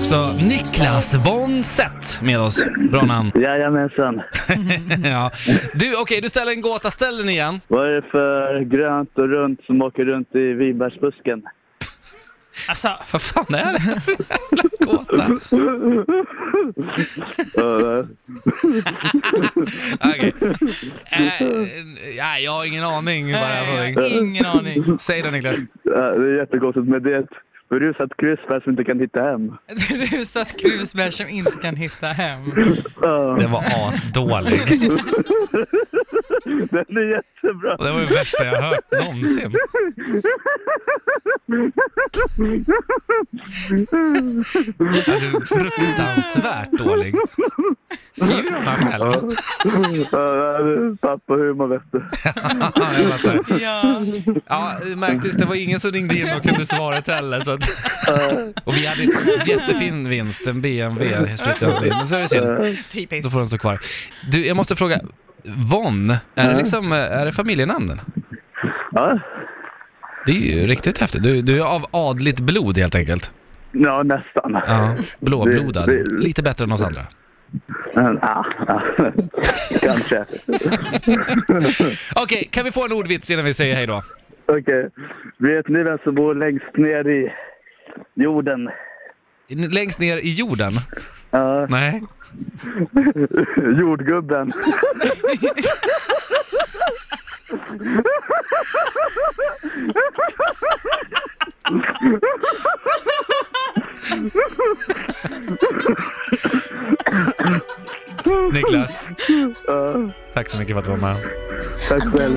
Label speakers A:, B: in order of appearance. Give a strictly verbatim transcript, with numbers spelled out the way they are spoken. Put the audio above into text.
A: också Niklas von Sett med oss. Bra namn.
B: Jajamensan.
A: Ja. Du, okej, okay, du ställer en gåta. Ställ den igen.
B: Vad är det för grönt och runt som åker runt i vinbärsbusken?
A: Alltså, vad fan är det för jävla gåta? Okej. Äh, ja, jag har ingen aning.
C: Nej, jag har ingen aning.
A: Säg det, Niklas.
B: Ja, det är jättegott med det. Berusat krusbär som inte kan hitta hem.
C: Ett berusat krusbär som inte kan hitta hem.
A: Det var asdålig.
B: Den är jättebra.
A: Det var det värsta jag hört någonsin. Alltså, fruktansvärt dålig. Skriver du den här själv?
B: Ja, pappa humor, vet du.
C: Ja.
A: Ja, det märktes, det var ingen som ringde in och kunde svara heller. Så att... Och vi hade jättefin vinst, en B M W splitterans, men så är det synd.
C: Typiskt.
A: Då får den stå kvar. Du, jag måste fråga, Von, är det liksom, är det familjenamnen?
B: Ja.
A: Det är ju riktigt häftigt. Du, du är av adligt blod helt enkelt.
B: Ja, nästan.
A: Ja, blåblodad.
B: Det, det...
A: Lite bättre än oss andra.
B: Ja, ja. Kanske.
A: Okej, okay, kan vi få en ordvits innan vi säger hej då?
B: Okej. Okay. Vet ni vem som bor längst ner i jorden?
A: Längst ner i jorden?
B: Ja.
A: Nej.
B: Jordgubben.
A: Niklas.
B: Ja.
A: Tack så mycket för att du var med.
B: Tack själv.